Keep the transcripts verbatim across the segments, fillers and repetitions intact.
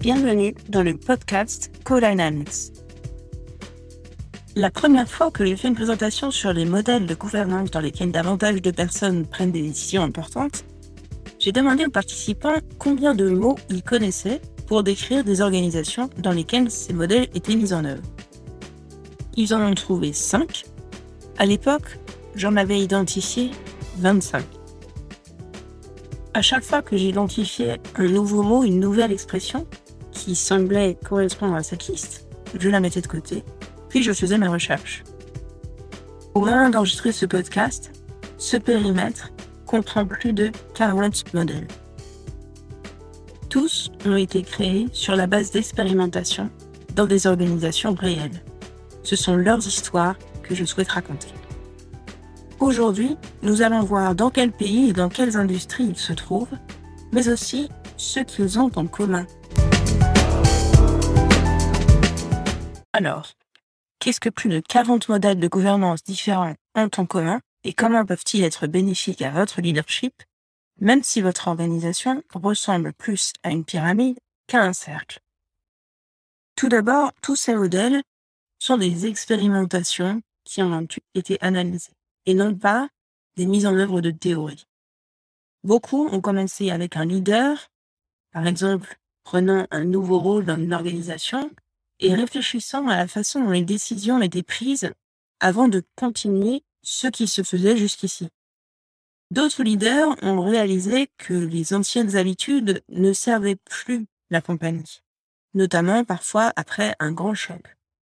Bienvenue dans le podcast Co-Dynamics. La première fois que j'ai fait une présentation sur les modèles de gouvernance dans lesquels davantage de personnes prennent des décisions importantes, j'ai demandé aux participants combien de mots ils connaissaient pour décrire des organisations dans lesquelles ces modèles étaient mis en œuvre. Ils en ont trouvé cinq. À l'époque, j'en avais identifié vingt-cinq. À chaque fois que j'identifiais un nouveau mot, une nouvelle expression qui semblait correspondre à cette liste, je la mettais de côté, puis je faisais mes recherches. Au moment d'enregistrer ce podcast, ce périmètre comprend plus de quarante modèles. Tous ont été créés sur la base d'expérimentation dans des organisations réelles. Ce sont leurs histoires que je souhaite raconter. Aujourd'hui, nous allons voir dans quel pays et dans quelles industries ils se trouvent, mais aussi ce qu'ils ont en commun. Alors, qu'est-ce que plus de quarante modèles de gouvernance différents ont en commun et comment peuvent-ils être bénéfiques à votre leadership, même si votre organisation ressemble plus à une pyramide qu'à un cercle? Tout d'abord, tous ces modèles sont des expérimentations qui ont été analysées et non pas des mises en œuvre de théories. Beaucoup ont commencé avec un leader, par exemple, prenant un nouveau rôle dans une organisation et réfléchissant à la façon dont les décisions étaient prises avant de continuer ce qui se faisait jusqu'ici. D'autres leaders ont réalisé que les anciennes habitudes ne servaient plus la compagnie, notamment parfois après un grand choc.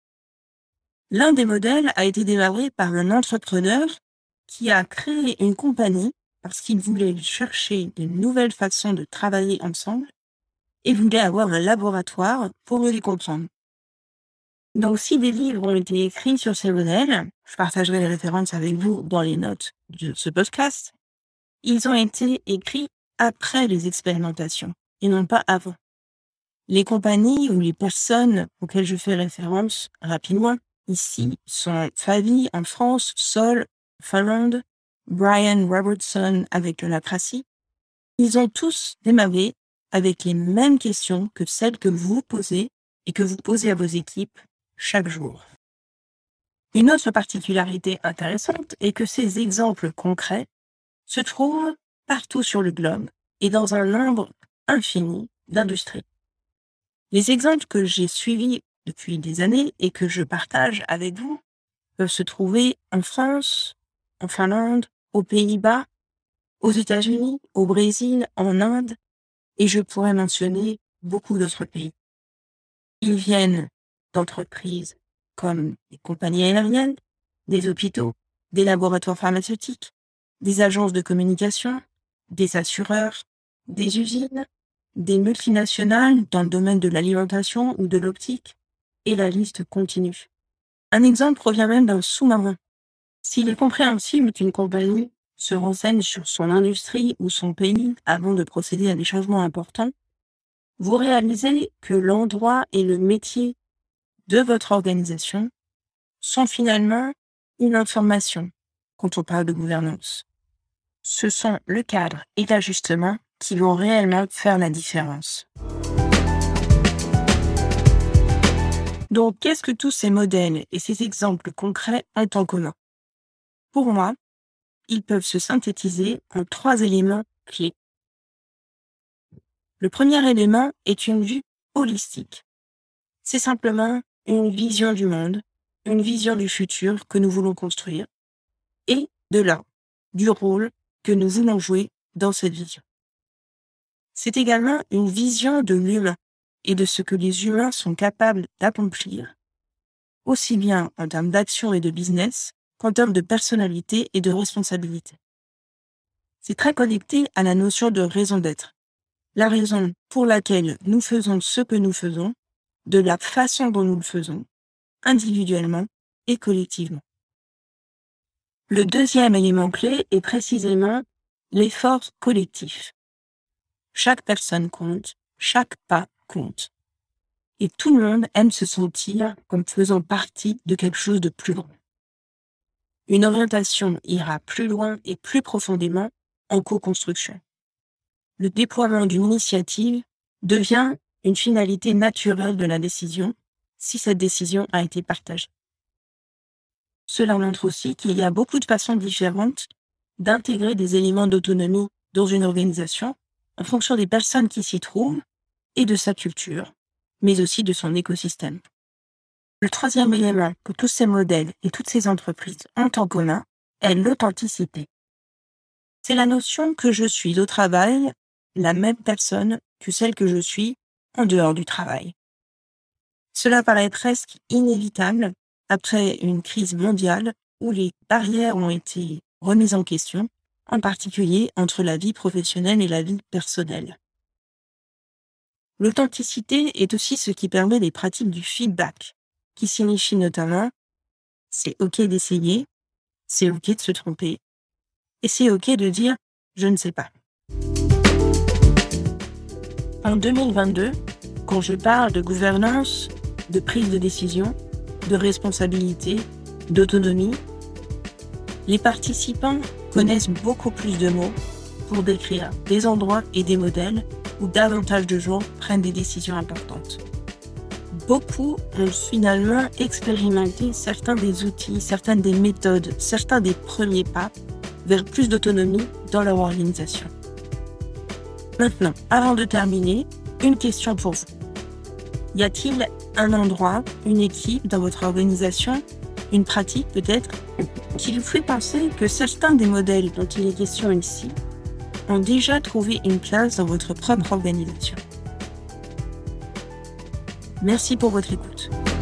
L'un des modèles a été démarré par un entrepreneur qui a créé une compagnie parce qu'il voulait chercher de nouvelles façons de travailler ensemble et voulait avoir un laboratoire pour mieux les comprendre. Donc, si des livres ont été écrits sur ces modèles, je partagerai les références avec vous dans les notes de ce podcast, ils ont été écrits après les expérimentations et non pas avant. Les compagnies ou les personnes auxquelles je fais référence rapidement ici sont Favi en France, Sol, Finlande, Brian Robertson avec le Latracy. Ils ont tous démarré avec les mêmes questions que celles que vous posez et que vous posez à vos équipes chaque jour. Une autre particularité intéressante est que ces exemples concrets se trouvent partout sur le globe et dans un nombre infini d'industries. Les exemples que j'ai suivis depuis des années et que je partage avec vous peuvent se trouver en France, en Finlande, aux Pays-Bas, aux États-Unis, au Brésil, en Inde, et je pourrais mentionner beaucoup d'autres pays. Ils viennent d'entreprises comme des compagnies aériennes, des hôpitaux, des laboratoires pharmaceutiques, des agences de communication, des assureurs, des usines, des multinationales dans le domaine de l'alimentation ou de l'optique, et la liste continue. Un exemple provient même d'un sous-marin. S'il est compréhensible qu'une compagnie se renseigne sur son industrie ou son pays avant de procéder à des changements importants, vous réalisez que l'endroit et le métier de votre organisation sont finalement une information quand on parle de gouvernance. Ce sont le cadre et l'ajustement qui vont réellement faire la différence. Donc, qu'est-ce que tous ces modèles et ces exemples concrets ont en commun? Pour moi, ils peuvent se synthétiser en trois éléments clés. Le premier élément est une vue holistique. C'est simplement une vision du monde, une vision du futur que nous voulons construire, et de là, du rôle que nous voulons jouer dans cette vision. C'est également une vision de l'humain et de ce que les humains sont capables d'accomplir, aussi bien en termes d'action et de business qu'en termes de personnalité et de responsabilité. C'est très connecté à la notion de raison d'être, la raison pour laquelle nous faisons ce que nous faisons, de la façon dont nous le faisons, individuellement et collectivement. Le deuxième élément clé est précisément l'effort collectif. Chaque personne compte, chaque pas compte. Et tout le monde aime se sentir comme faisant partie de quelque chose de plus grand. Une orientation ira plus loin et plus profondément en co-construction. Le déploiement d'une initiative devient une finalité naturelle de la décision si cette décision a été partagée. Cela montre aussi qu'il y a beaucoup de façons différentes d'intégrer des éléments d'autonomie dans une organisation en fonction des personnes qui s'y trouvent et de sa culture, mais aussi de son écosystème. Le troisième élément que tous ces modèles et toutes ces entreprises ont en commun est l'authenticité. C'est la notion que je suis au travail la même personne que celle que je suis en dehors du travail. Cela paraît presque inévitable après une crise mondiale où les barrières ont été remises en question, en particulier entre la vie professionnelle et la vie personnelle. L'authenticité est aussi ce qui permet les pratiques du feedback, qui signifie notamment « c'est ok d'essayer, c'est ok de se tromper, et c'est ok de dire « je ne sais pas ». En deux mille vingt-deux, quand je parle de gouvernance, de prise de décision, de responsabilité, d'autonomie, les participants connaissent beaucoup plus de mots pour décrire des endroits et des modèles où davantage de gens prennent des décisions importantes. Beaucoup ont finalement expérimenté certains des outils, certaines des méthodes, certains des premiers pas vers plus d'autonomie dans leur organisation. Maintenant, avant de terminer, une question pour vous. Y a-t-il un endroit, une équipe dans votre organisation, une pratique peut-être, qui vous fait penser que certains des modèles dont il est question ici ont déjà trouvé une place dans votre propre organisation? Merci pour votre écoute.